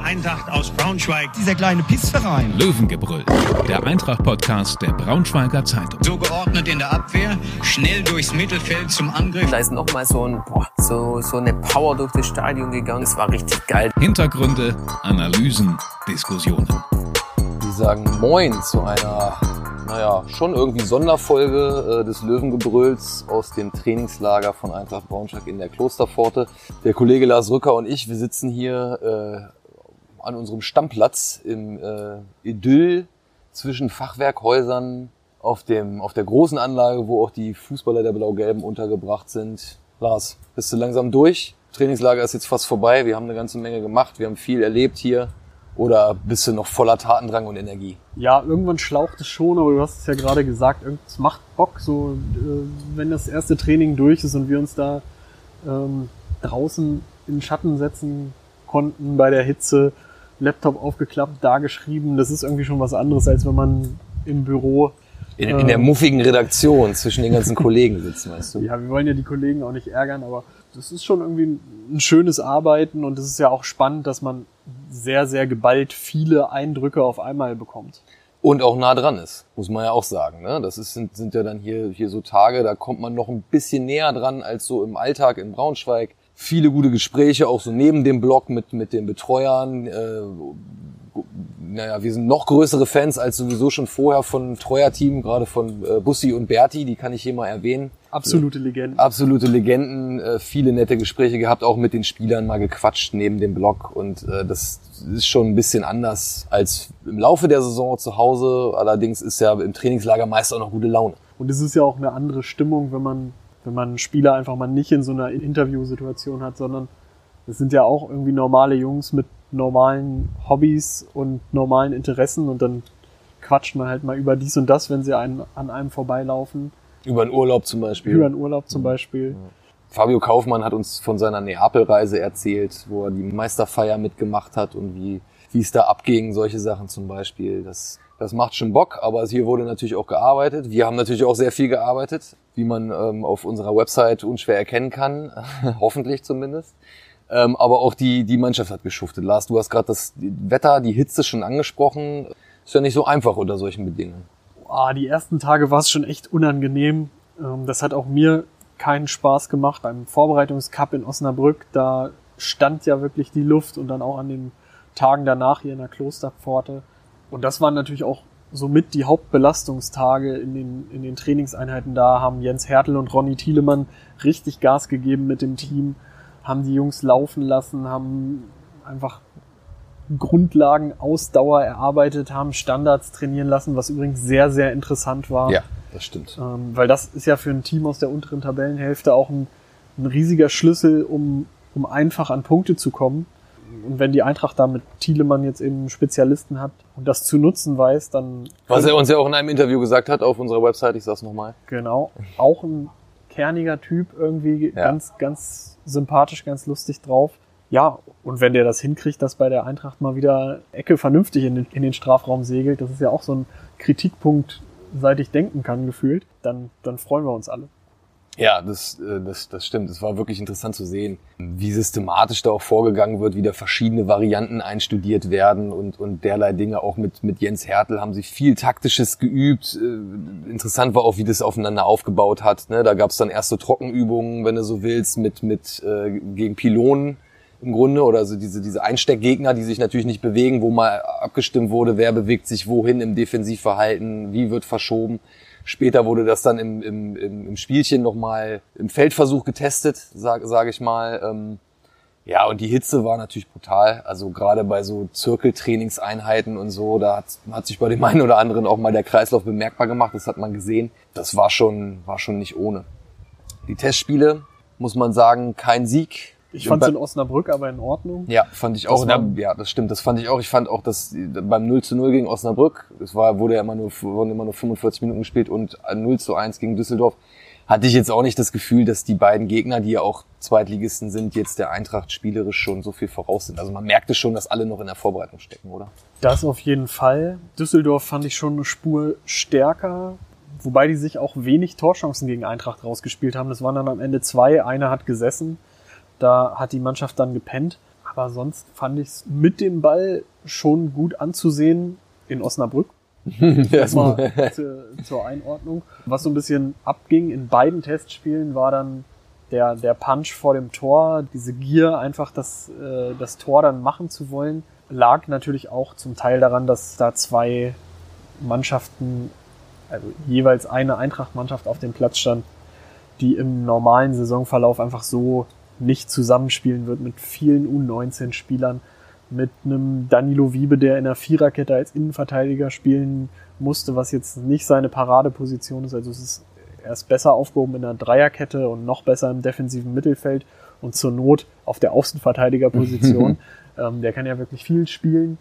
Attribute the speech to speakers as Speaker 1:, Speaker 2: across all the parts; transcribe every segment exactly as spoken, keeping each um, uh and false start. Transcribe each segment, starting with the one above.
Speaker 1: Eintracht aus Braunschweig.
Speaker 2: Dieser kleine Pissverein.
Speaker 3: Löwengebrüll, der Eintracht-Podcast der Braunschweiger Zeitung.
Speaker 1: So geordnet in der Abwehr, schnell durchs Mittelfeld zum Angriff.
Speaker 4: Da ist nochmal so, ein, boah, so, so eine Power durch das Stadion gegangen. Das war richtig geil.
Speaker 3: Hintergründe, Analysen, Diskussionen.
Speaker 5: Die sagen Moin zu einer, naja, schon irgendwie Sonderfolge äh, des Löwengebrülls aus dem Trainingslager von Eintracht Braunschweig in der Klosterpforte. Der Kollege Lars Rücker und ich, wir sitzen hier äh, an unserem Stammplatz im äh, Idyll zwischen Fachwerkhäusern auf dem auf der großen Anlage, wo auch die Fußballer der Blau-Gelben untergebracht sind. Lars, bist du langsam durch? Trainingslager ist jetzt fast vorbei. Wir haben eine ganze Menge gemacht. Wir haben viel erlebt hier. Oder bist du noch voller Tatendrang und Energie?
Speaker 6: Ja, irgendwann schlaucht es schon, aber du hast es ja gerade gesagt, es macht Bock, so äh, wenn das erste Training durch ist und wir uns da ähm, draußen in den Schatten setzen konnten bei der Hitze, Laptop aufgeklappt, da geschrieben, das ist irgendwie schon was anderes, als wenn man im Büro
Speaker 5: in, in der muffigen Redaktion zwischen den ganzen Kollegen sitzt, weißt du?
Speaker 6: Ja, wir wollen ja die Kollegen auch nicht ärgern, aber das ist schon irgendwie ein, ein schönes Arbeiten und es ist ja auch spannend, dass man sehr, sehr geballt viele Eindrücke auf einmal bekommt.
Speaker 5: Und auch nah dran ist, muss man ja auch sagen. Ne? Das ist, sind, sind ja dann hier, hier so Tage, da kommt man noch ein bisschen näher dran als so im Alltag in Braunschweig. Viele gute Gespräche, auch so neben dem Blog mit, mit den Betreuern. Äh, naja, wir sind noch größere Fans als sowieso schon vorher von Treuer-Team, gerade von äh, Bussi und Berti, die kann ich hier mal erwähnen.
Speaker 6: Absolute Legenden.
Speaker 5: Absolute Legenden, äh, viele nette Gespräche gehabt, auch mit den Spielern mal gequatscht neben dem Blog und äh, das ist schon ein bisschen anders als im Laufe der Saison zu Hause. Allerdings ist ja im Trainingslager meist auch noch gute Laune.
Speaker 6: Und es ist ja auch eine andere Stimmung, wenn man wenn man einen Spieler einfach mal nicht in so einer Interviewsituation hat, sondern es sind ja auch irgendwie normale Jungs mit normalen Hobbys und normalen Interessen und dann quatscht man halt mal über dies und das, wenn sie einen, an einem vorbeilaufen.
Speaker 5: Über einen Urlaub zum Beispiel.
Speaker 6: Über einen Urlaub zum Beispiel.
Speaker 5: Ja. Fabio Kaufmann hat uns von seiner Neapel-Reise erzählt, wo er die Meisterfeier mitgemacht hat und wie wie es da abging, solche Sachen zum Beispiel. Das, das macht schon Bock, aber hier wurde natürlich auch gearbeitet. Wir haben natürlich auch sehr viel gearbeitet, wie man ähm, auf unserer Website unschwer erkennen kann, hoffentlich zumindest. Ähm, aber auch die die Mannschaft hat geschuftet. Lars, du hast gerade das Wetter, die Hitze schon angesprochen. Ist ja nicht so einfach unter solchen Bedingungen.
Speaker 6: Ah, die ersten Tage war es schon echt unangenehm. Ähm, das hat auch mir keinen Spaß gemacht. Beim Vorbereitungscup in Osnabrück, da stand ja wirklich die Luft und dann auch an den Tagen danach hier in der Klosterpforte. Und das waren natürlich auch somit die Hauptbelastungstage in den, in den Trainingseinheiten. Da haben Jens Hertel und Ronny Thielemann richtig Gas gegeben mit dem Team, haben die Jungs laufen lassen, haben einfach Grundlagen, Ausdauer erarbeitet, haben Standards trainieren lassen, was übrigens sehr, sehr interessant war.
Speaker 5: Ja, das stimmt.
Speaker 6: Ähm, weil das ist ja für ein Team aus der unteren Tabellenhälfte auch ein, ein riesiger Schlüssel, um, um einfach an Punkte zu kommen. Und wenn die Eintracht da mit Thielemann jetzt eben einen Spezialisten hat und das zu nutzen weiß, dann...
Speaker 5: Was er uns ja auch in einem Interview gesagt hat auf unserer Website, ich sag's nochmal.
Speaker 6: Genau, auch ein kerniger Typ, irgendwie ja. ganz, ganz sympathisch, ganz lustig drauf. Ja, und wenn der das hinkriegt, dass bei der Eintracht mal wieder Ecke vernünftig in den, in den Strafraum segelt, das ist ja auch so ein Kritikpunkt, seit ich denken kann, gefühlt, dann, dann freuen wir uns alle.
Speaker 5: Ja, das, das, das stimmt. Es war wirklich interessant zu sehen, wie systematisch da auch vorgegangen wird, wie da verschiedene Varianten einstudiert werden und, und derlei Dinge. Auch mit, mit Jens Hertel haben sie viel Taktisches geübt. Interessant war auch, wie das aufeinander aufgebaut hat. Da gab es dann erste Trockenübungen, wenn du so willst, mit, mit äh, gegen Pylonen im Grunde oder also diese, diese Einsteckgegner, die sich natürlich nicht bewegen, wo mal abgestimmt wurde, wer bewegt sich wohin im Defensivverhalten, wie wird verschoben. Später wurde das dann im, im, im Spielchen nochmal im Feldversuch getestet, sage sag ich mal. Ähm, ja, und die Hitze war natürlich brutal. Also gerade bei so Zirkeltrainingseinheiten und so, da hat, hat sich bei dem einen oder anderen auch mal der Kreislauf bemerkbar gemacht. Das hat man gesehen. Das war schon, war schon nicht ohne. Die Testspiele, muss man sagen, kein Sieg.
Speaker 6: Ich fand es in Osnabrück aber in Ordnung.
Speaker 5: Ja, fand ich auch. Da, ja, das stimmt. Das fand ich auch. Ich fand auch, dass beim null zu null gegen Osnabrück, es war, wurde ja immer nur, wurden immer nur fünfundvierzig Minuten gespielt und null zu eins gegen Düsseldorf, hatte ich jetzt auch nicht das Gefühl, dass die beiden Gegner, die ja auch Zweitligisten sind, jetzt der Eintracht spielerisch schon so viel voraus sind. Also man merkte schon, dass alle noch in der Vorbereitung stecken, oder?
Speaker 6: Das auf jeden Fall. Düsseldorf fand ich schon eine Spur stärker. Wobei die sich auch wenig Torchancen gegen Eintracht rausgespielt haben. Das waren dann am Ende zwei. Einer hat gesessen. Da hat die Mannschaft dann gepennt. Aber sonst fand ich es mit dem Ball schon gut anzusehen in Osnabrück. Erstmal zu, zur Einordnung. Was so ein bisschen abging in beiden Testspielen, war dann der, der Punch vor dem Tor, diese Gier, einfach das, äh, das Tor dann machen zu wollen, lag natürlich auch zum Teil daran, dass da zwei Mannschaften, also jeweils eine Eintracht-Mannschaft auf dem Platz stand, die im normalen Saisonverlauf einfach so nicht zusammenspielen wird mit vielen U neunzehn Spielern, mit einem Danilo Wiebe, der in der Viererkette als Innenverteidiger spielen musste, was jetzt nicht seine Paradeposition ist. Also es ist, er ist besser aufgehoben in der Dreierkette und noch besser im defensiven Mittelfeld und zur Not auf der Außenverteidigerposition. ähm, der kann ja wirklich viel spielen,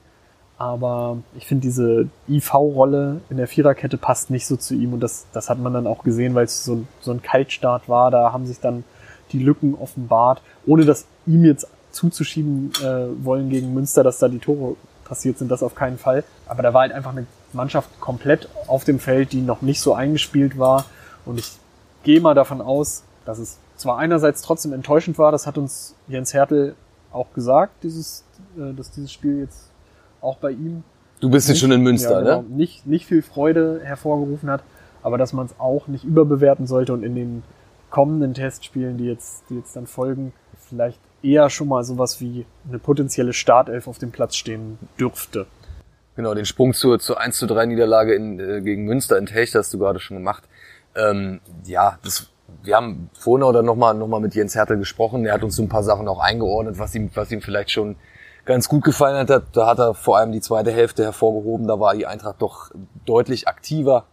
Speaker 6: aber ich finde, diese I V-Rolle in der Viererkette passt nicht so zu ihm und das, das hat man dann auch gesehen, weil es so, so ein Kaltstart war. Da haben sich dann die Lücken offenbart, ohne dass ihm jetzt zuzuschieben äh, wollen gegen Münster, dass da die Tore passiert sind, das auf keinen Fall. Aber da war halt einfach eine Mannschaft komplett auf dem Feld, die noch nicht so eingespielt war. Und ich gehe mal davon aus, dass es zwar einerseits trotzdem enttäuschend war, das hat uns Jens Hertel auch gesagt, dieses, äh, dass dieses Spiel jetzt auch bei ihm...
Speaker 5: Du bist jetzt schon in Münster,
Speaker 6: ja, genau,
Speaker 5: ne?
Speaker 6: Nicht, nicht viel Freude hervorgerufen hat, aber dass man es auch nicht überbewerten sollte und in den kommenden Testspielen, die jetzt, die jetzt dann folgen, vielleicht eher schon mal sowas wie eine potenzielle Startelf auf dem Platz stehen dürfte.
Speaker 5: Genau, den Sprung zur, zur eins zu drei Niederlage in, äh, gegen Münster in Telch, hast du gerade schon gemacht. Ähm, ja, das, wir haben vorhin oder nochmal noch mal mit Jens Hertel gesprochen. Der hat uns so ein paar Sachen auch eingeordnet, was ihm, was ihm vielleicht schon ganz gut gefallen hat. Da hat er vor allem die zweite Hälfte hervorgehoben. Da war die Eintracht doch deutlich aktiver.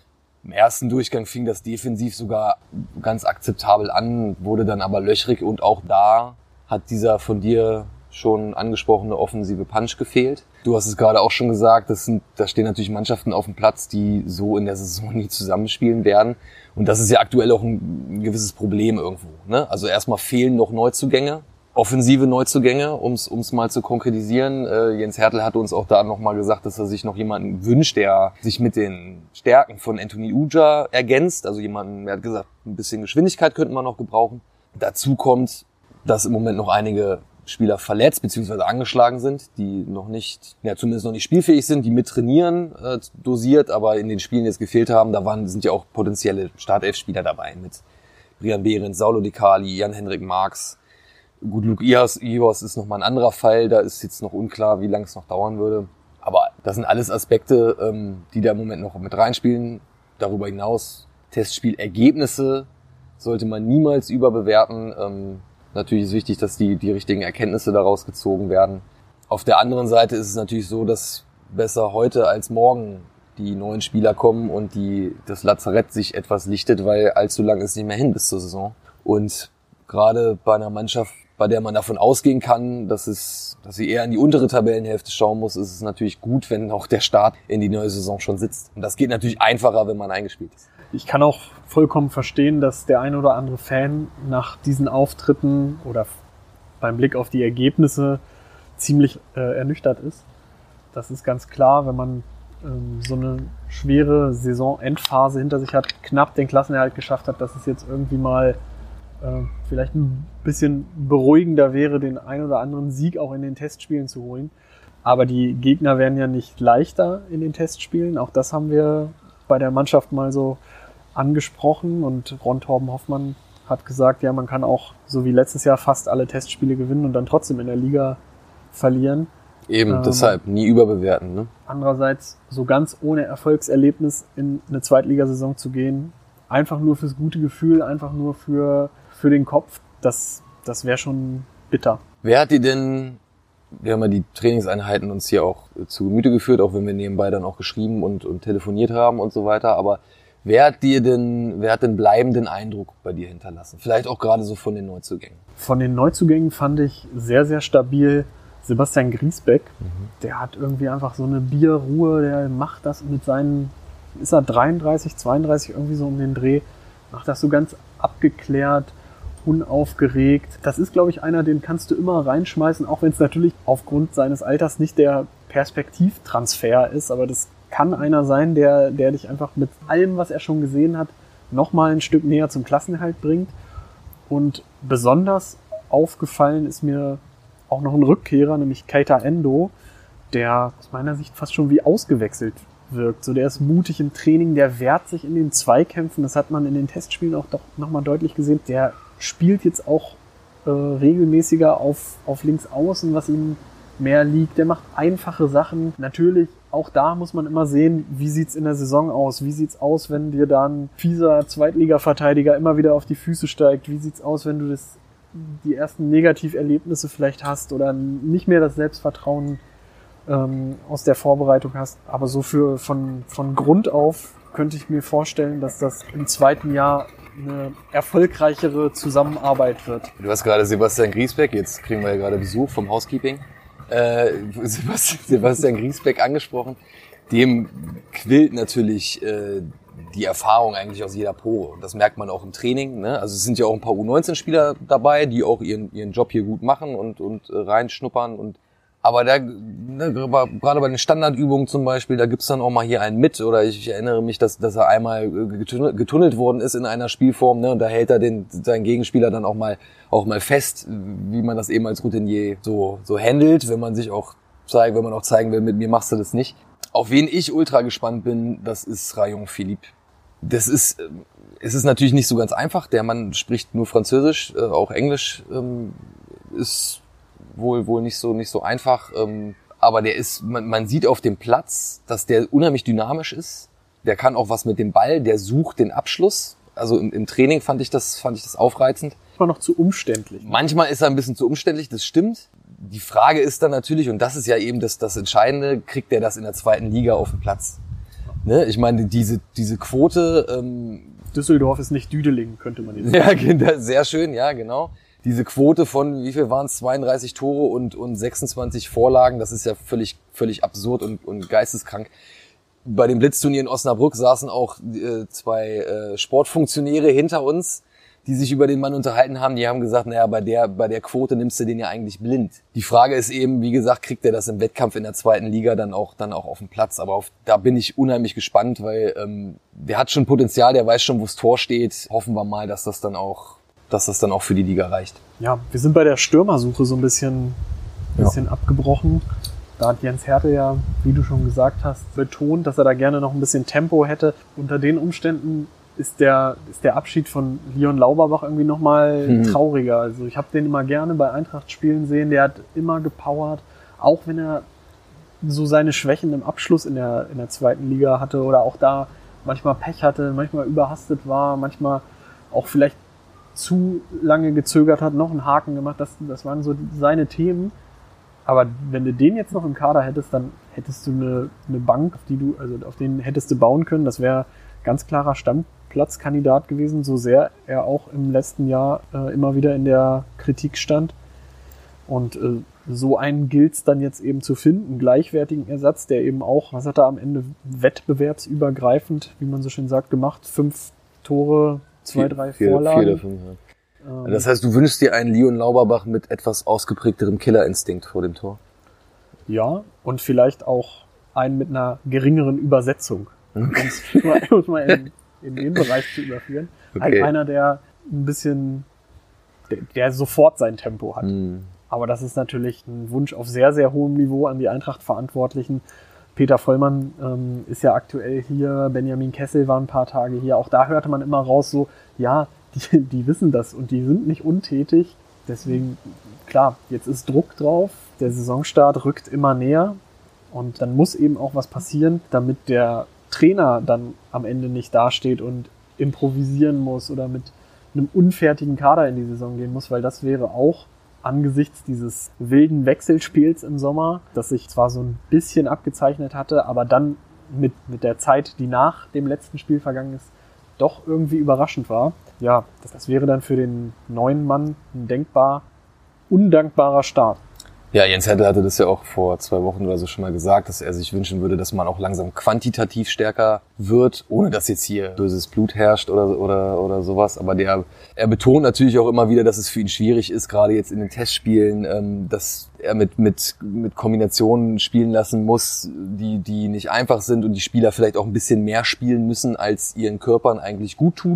Speaker 5: Im ersten Durchgang fing das defensiv sogar ganz akzeptabel an, wurde dann aber löchrig und auch da hat dieser von dir schon angesprochene offensive Punch gefehlt. Du hast es gerade auch schon gesagt, das sind, da stehen natürlich Mannschaften auf dem Platz, die so in der Saison nie zusammenspielen werden. Und das ist ja aktuell auch ein, ein gewisses Problem irgendwo, ne? Also erstmal fehlen noch Neuzugänge, offensive Neuzugänge, um es mal zu konkretisieren. Äh, Jens Hertel hat uns auch da nochmal gesagt, dass er sich noch jemanden wünscht, der sich mit den Stärken von Anthony Uja ergänzt. Also jemanden, er hat gesagt, ein bisschen Geschwindigkeit könnten wir noch gebrauchen. Dazu kommt, dass im Moment noch einige Spieler verletzt bzw. angeschlagen sind, die noch nicht, ja zumindest noch nicht spielfähig sind, die mit trainieren, äh, dosiert, aber in den Spielen jetzt gefehlt haben. Da waren, sind ja auch potenzielle Startelf-Spieler dabei mit Brian Behrens, Saulo Di Cali, Jan-Henrik Marx. Gut, Luke Ihors ist nochmal ein anderer Fall, da ist jetzt noch unklar, wie lange es noch dauern würde. Aber das sind alles Aspekte, ähm, die da im Moment noch mit reinspielen. Darüber hinaus, Testspielergebnisse sollte man niemals überbewerten. Ähm, Natürlich ist wichtig, dass die, die richtigen Erkenntnisse daraus gezogen werden. Auf der anderen Seite ist es natürlich so, dass besser heute als morgen die neuen Spieler kommen und die, das Lazarett sich etwas lichtet, weil allzu lang ist nicht mehr hin bis zur Saison. Und gerade bei einer Mannschaft, bei der man davon ausgehen kann, dass es, dass sie eher in die untere Tabellenhälfte schauen muss, ist es natürlich gut, wenn auch der Start in die neue Saison schon sitzt. Und das geht natürlich einfacher, wenn man eingespielt ist.
Speaker 6: Ich kann auch vollkommen verstehen, dass der ein oder andere Fan nach diesen Auftritten oder beim Blick auf die Ergebnisse ziemlich äh, ernüchtert ist. Das ist ganz klar, wenn man ähm, so eine schwere Saisonendphase hinter sich hat, knapp den Klassenerhalt geschafft hat, dass es jetzt irgendwie mal äh, vielleicht ein bisschen beruhigender wäre, den ein oder anderen Sieg auch in den Testspielen zu holen. Aber die Gegner werden ja nicht leichter in den Testspielen. Auch das haben wir bei der Mannschaft mal so angesprochen und Ron Torben Hoffmann hat gesagt, ja, man kann auch so wie letztes Jahr fast alle Testspiele gewinnen und dann trotzdem in der Liga verlieren.
Speaker 5: Eben, ähm, deshalb nie überbewerten, ne?
Speaker 6: Andererseits so ganz ohne Erfolgserlebnis in eine Zweitligasaison zu gehen, einfach nur fürs gute Gefühl, einfach nur für, für den Kopf, das, das wäre schon bitter.
Speaker 5: Wer hat dir denn, wir haben ja die Trainingseinheiten uns hier auch zu Gemüte geführt, auch wenn wir nebenbei dann auch geschrieben und, und telefoniert haben und so weiter, aber wer hat dir denn, wer hat den bleibenden Eindruck bei dir hinterlassen? Vielleicht auch gerade so von den Neuzugängen.
Speaker 6: Von den Neuzugängen fand ich sehr, sehr stabil Sebastian Griesbeck. Mhm. Der hat irgendwie einfach so eine Bierruhe, der macht das mit seinen, ist er dreiunddreißig, zweiunddreißig, irgendwie so um den Dreh, macht das so ganz abgeklärt, unaufgeregt. Das ist, glaube ich, einer, den kannst du immer reinschmeißen, auch wenn es natürlich aufgrund seines Alters nicht der Perspektivtransfer ist, aber das kann einer sein, der, der dich einfach mit allem, was er schon gesehen hat, nochmal ein Stück näher zum Klassenerhalt bringt. Und besonders aufgefallen ist mir auch noch einen Rückkehrer, nämlich Keita Endo, der aus meiner Sicht fast schon wie ausgewechselt wirkt. So, der ist mutig im Training, der wehrt sich in den Zweikämpfen, das hat man in den Testspielen auch doch nochmal deutlich gesehen. Der spielt jetzt auch äh, regelmäßiger auf, auf links außen, was ihm mehr liegt. Der macht einfache Sachen. Natürlich, auch da muss man immer sehen, wie sieht's in der Saison aus? Wie sieht's aus, wenn dir dann fieser Zweitliga-Verteidiger immer wieder auf die Füße steigt? Wie sieht's aus, wenn du das, die ersten Negativerlebnisse vielleicht hast oder nicht mehr das Selbstvertrauen ähm, aus der Vorbereitung hast? Aber so für von, von Grund auf könnte ich mir vorstellen, dass das im zweiten Jahr eine erfolgreichere Zusammenarbeit wird.
Speaker 5: Du hast gerade Sebastian Griesbeck, jetzt kriegen wir ja gerade Besuch vom Housekeeping. Äh, Sebastian Griesbeck angesprochen, dem quillt natürlich äh, die Erfahrung eigentlich aus jeder Pore. Und das merkt man auch im Training. Ne? Also es sind ja auch ein paar U neunzehn Spieler dabei, die auch ihren ihren Job hier gut machen und und äh, reinschnuppern. Und aber da, ne, gerade bei den Standardübungen zum Beispiel, da gibt's dann auch mal hier einen mit. Oder ich, ich erinnere mich, dass dass er einmal getunnelt, getunnelt worden ist in einer Spielform. Ne? Und da hält er den seinen Gegenspieler dann auch mal auch mal fest, wie man das eben als Routinier so so handelt, wenn man sich auch zeigt, wenn man auch zeigen will, mit mir machst du das nicht. Auf wen ich ultra gespannt bin, das ist Rayon Philippe. Das ist, es ist natürlich nicht so ganz einfach. Der Mann spricht nur Französisch, äh, auch Englisch ähm, ist wohl wohl nicht so nicht so einfach. Ähm, aber der ist, man, man sieht auf dem Platz, dass der unheimlich dynamisch ist. Der kann auch was mit dem Ball. Der sucht den Abschluss. Also im, im Training fand ich das fand ich das aufreizend.
Speaker 6: War noch zu umständlich.
Speaker 5: Manchmal ist er ein bisschen zu umständlich. Das stimmt. Die Frage ist dann natürlich, und das ist ja eben das das Entscheidende, kriegt der das in der zweiten Liga auf den Platz? Ne? Ich meine, diese diese Quote. Ähm,
Speaker 6: Düsseldorf ist nicht Düdeling, könnte man jetzt
Speaker 5: sagen. Ja, sehr schön, ja, genau. Diese Quote von, wie viel waren es, zweiunddreißig Tore und und sechsundzwanzig Vorlagen, das ist ja völlig völlig absurd und und geisteskrank. Bei dem Blitzturnier in Osnabrück saßen auch äh, zwei äh, Sportfunktionäre hinter uns, die sich über den Mann unterhalten haben. Die haben gesagt, naja, bei der bei der Quote nimmst du den ja eigentlich blind. Die Frage ist eben, wie gesagt, kriegt er das im Wettkampf in der zweiten Liga dann auch dann auch auf den Platz? Aber auf, da bin ich unheimlich gespannt, weil ähm, der hat schon Potenzial, der weiß schon, wo's Tor steht. Hoffen wir mal, dass das dann auch dass das dann auch für die Liga reicht.
Speaker 6: Ja, wir sind bei der Stürmersuche so ein bisschen, bisschen ja. abgebrochen. Da hat Jens Hertel ja, wie du schon gesagt hast, betont, dass er da gerne noch ein bisschen Tempo hätte. Unter den Umständen ist der, ist der Abschied von Leon Lauberbach irgendwie nochmal hm. trauriger. Also ich habe den immer gerne bei Eintracht spielen sehen. Der hat immer gepowert, auch wenn er so seine Schwächen im Abschluss in der, in der zweiten Liga hatte oder auch da manchmal Pech hatte, manchmal überhastet war, manchmal auch vielleicht zu lange gezögert hat, noch einen Haken gemacht. Das, das waren so seine Themen. Aber wenn du den jetzt noch im Kader hättest, dann hättest du eine, eine Bank, auf die du, also auf den hättest du bauen können. Das wäre ganz klarer Stammplatzkandidat gewesen, so sehr er auch im letzten Jahr äh, immer wieder in der Kritik stand. Und äh, so einen gilt's dann jetzt eben zu finden, einen gleichwertigen Ersatz, der eben auch, was hat er am Ende wettbewerbsübergreifend, wie man so schön sagt, gemacht, fünf Tore, zwei, vier, drei vier, Vorlagen. Vier, fünf, ja.
Speaker 5: ähm, das heißt, du wünschst dir einen Leon Lauberbach mit etwas ausgeprägterem Killerinstinkt vor dem Tor?
Speaker 6: Ja, und vielleicht auch einen mit einer geringeren Übersetzung. Okay. Um es mal in, in den Bereich zu überführen. Okay. Halt einer, der ein bisschen, der, der sofort sein Tempo hat. Mm. Aber das ist natürlich ein Wunsch auf sehr, sehr hohem Niveau an die Eintracht-Verantwortlichen. Peter Vollmann ähm, ist ja aktuell hier, Benjamin Kessel war ein paar Tage hier. Auch da hörte man immer raus so, ja, die, die wissen das und die sind nicht untätig. Deswegen, klar, jetzt ist Druck drauf. Der Saisonstart rückt immer näher. Und dann muss eben auch was passieren, damit der Trainer dann am Ende nicht dasteht und improvisieren muss oder mit einem unfertigen Kader in die Saison gehen muss, weil das wäre auch angesichts dieses wilden Wechselspiels im Sommer, das sich zwar so ein bisschen abgezeichnet hatte, aber dann mit, mit der Zeit, die nach dem letzten Spiel vergangen ist, doch irgendwie überraschend war. Ja, das, das wäre dann für den neuen Mann ein denkbar undankbarer Start.
Speaker 5: Ja, Jens Hertel hatte das ja auch vor zwei Wochen oder so schon mal gesagt, dass er sich wünschen würde, dass man auch langsam quantitativ stärker wird, ohne dass jetzt hier böses Blut herrscht oder oder oder sowas. Aber der er betont natürlich auch immer wieder, dass es für ihn schwierig ist, gerade jetzt in den Testspielen, ähm, dass er mit mit mit Kombinationen spielen lassen muss, die die nicht einfach sind und die Spieler vielleicht auch ein bisschen mehr spielen müssen, als ihren Körpern eigentlich gut tut.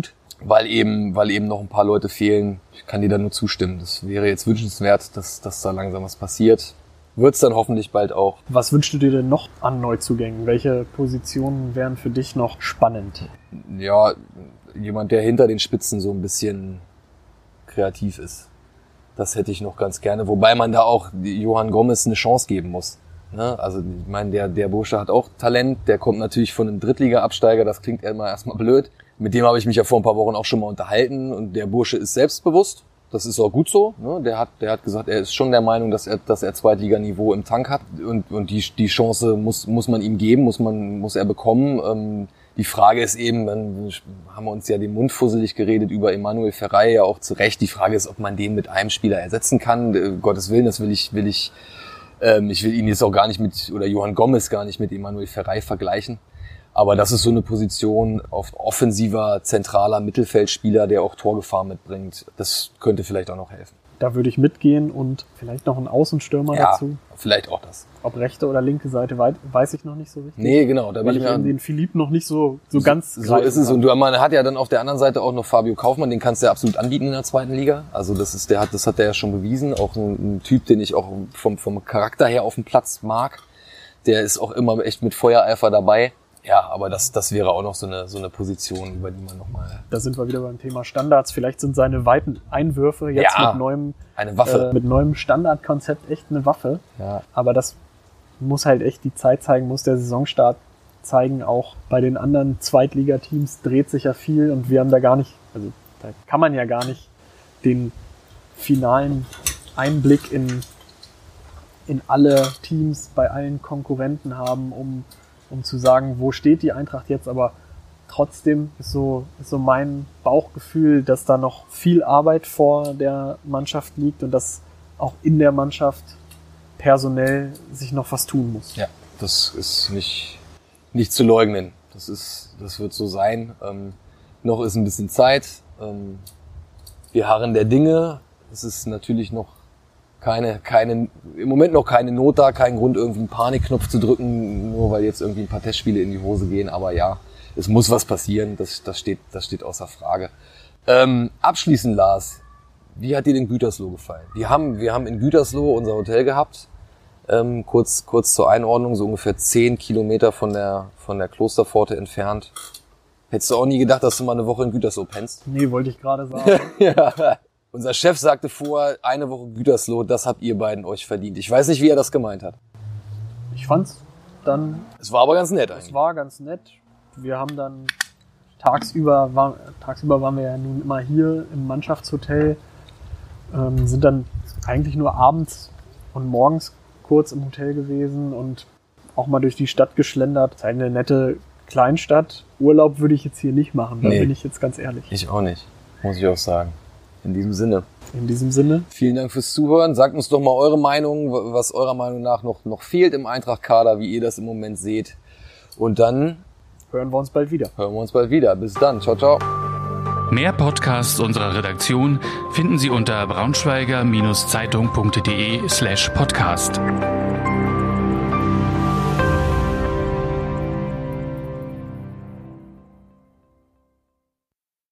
Speaker 5: weil eben, weil eben noch ein paar Leute fehlen. Ich kann dir da nur zustimmen. Das wäre jetzt wünschenswert, dass, dass da langsam was passiert. Wird's dann hoffentlich bald auch.
Speaker 6: Was wünschst du dir denn noch an Neuzugängen? Welche Positionen wären für dich noch spannend?
Speaker 5: Ja, jemand, der hinter den Spitzen so ein bisschen kreativ ist. Das hätte ich noch ganz gerne. Wobei man da auch Johann Gomez eine Chance geben muss. Ne? Also ich meine, der, der Bursche hat auch Talent. Der kommt natürlich von einem Drittliga-Absteiger. Das klingt immer erstmal blöd. Mit dem habe ich mich ja vor ein paar Wochen auch schon mal unterhalten. Und der Bursche ist selbstbewusst. Das ist auch gut so. Ne? Der hat, der hat gesagt, er ist schon der Meinung, dass er, dass er Zweitliganiveau im Tank hat. Und, und die, die Chance muss, muss man ihm geben, muss man, muss er bekommen. Ähm, die Frage ist eben, dann haben wir uns ja den Mund fusselig geredet über Emanuel Ferrey, ja auch zu Recht. Die Frage ist, ob man den mit einem Spieler ersetzen kann. Äh, Gottes Willen, das will ich, will ich, ähm, ich will ihn jetzt auch gar nicht mit, oder Johann Gomez gar nicht mit Emanuel Ferrey vergleichen. Aber das ist so eine Position auf offensiver, zentraler Mittelfeldspieler, der auch Torgefahr mitbringt. Das könnte vielleicht auch noch helfen.
Speaker 6: Da würde ich mitgehen und vielleicht noch einen Außenstürmer
Speaker 5: ja,
Speaker 6: dazu.
Speaker 5: Vielleicht auch das.
Speaker 6: Ob rechte oder linke Seite, weiß ich noch nicht so richtig.
Speaker 5: Nee, genau. Da
Speaker 6: weil
Speaker 5: bin
Speaker 6: ich
Speaker 5: ich
Speaker 6: eben den Philipp noch nicht so, so, so ganz
Speaker 5: So ist es.
Speaker 6: kann.
Speaker 5: Und du, man hat ja dann auf der anderen Seite auch noch Fabio Kaufmann, den kannst du ja absolut anbieten in der zweiten Liga. Also das ist, der hat, das hat der ja schon bewiesen. Auch ein, ein Typ, den ich auch vom, vom Charakter her auf dem Platz mag. Der ist auch immer echt mit Feuereifer dabei. Ja, aber das, das wäre auch noch so eine, so eine Position, über die man nochmal...
Speaker 6: Da sind wir wieder beim Thema Standards. Vielleicht sind seine weiten Einwürfe jetzt
Speaker 5: ja,
Speaker 6: mit neuem,
Speaker 5: eine Waffe.
Speaker 6: Äh, mit neuem Standardkonzept echt eine Waffe.
Speaker 5: Ja.
Speaker 6: Aber das muss halt echt die Zeit zeigen, muss der Saisonstart zeigen. Auch bei den anderen Zweitligateams dreht sich ja viel und wir haben da gar nicht, also da kann man ja gar nicht den finalen Einblick in, in alle Teams bei allen Konkurrenten haben, um um zu sagen, wo steht die Eintracht jetzt, aber trotzdem ist so, ist so mein Bauchgefühl, dass da noch viel Arbeit vor der Mannschaft liegt und dass auch in der Mannschaft personell sich noch was tun muss.
Speaker 5: Ja, das ist nicht, nicht zu leugnen. Das ist, das wird so sein. Ähm, noch ist ein bisschen Zeit. Ähm, wir harren der Dinge. Es ist natürlich noch keine, keine, im Moment noch keine Not da, kein Grund, irgendwie einen Panikknopf zu drücken, nur weil jetzt irgendwie ein paar Testspiele in die Hose gehen. Aber ja, es muss was passieren. Das, das steht, das steht außer Frage. Ähm, abschließend, Lars, wie hat dir denn Gütersloh gefallen? Wir haben, wir haben in Gütersloh unser Hotel gehabt. Ähm, kurz, kurz zur Einordnung, so ungefähr zehn Kilometer von der, von der Klosterpforte entfernt. Hättest du auch nie gedacht, dass du mal eine Woche in Gütersloh pennst?
Speaker 6: Nee, wollte ich gerade sagen.
Speaker 5: Ja. Unser Chef sagte vor, eine Woche Gütersloh, das habt ihr beiden euch verdient. Ich weiß nicht, wie er das gemeint hat.
Speaker 6: Ich fand's dann...
Speaker 5: Es war aber ganz nett eigentlich.
Speaker 6: Es war ganz nett. Wir haben dann tagsüber, war, tagsüber waren wir ja nun immer hier im Mannschaftshotel, ähm, sind dann eigentlich nur abends und morgens kurz im Hotel gewesen und auch mal durch die Stadt geschlendert. Das ist eine nette Kleinstadt. Urlaub würde ich jetzt hier nicht machen, da
Speaker 5: Nee.
Speaker 6: bin ich jetzt ganz ehrlich.
Speaker 5: Ich auch nicht, muss ich auch sagen. In diesem Sinne.
Speaker 6: In diesem Sinne.
Speaker 5: Vielen Dank fürs Zuhören. Sagt uns doch mal eure Meinung, was eurer Meinung nach noch, noch fehlt im Eintracht-Kader, wie ihr das im Moment seht. Und dann
Speaker 6: Hören wir uns bald wieder.
Speaker 5: hören wir uns bald wieder. Bis dann. Ciao, ciao.
Speaker 3: Mehr Podcasts unserer Redaktion finden Sie unter braunschweiger-zeitung.de slash podcast.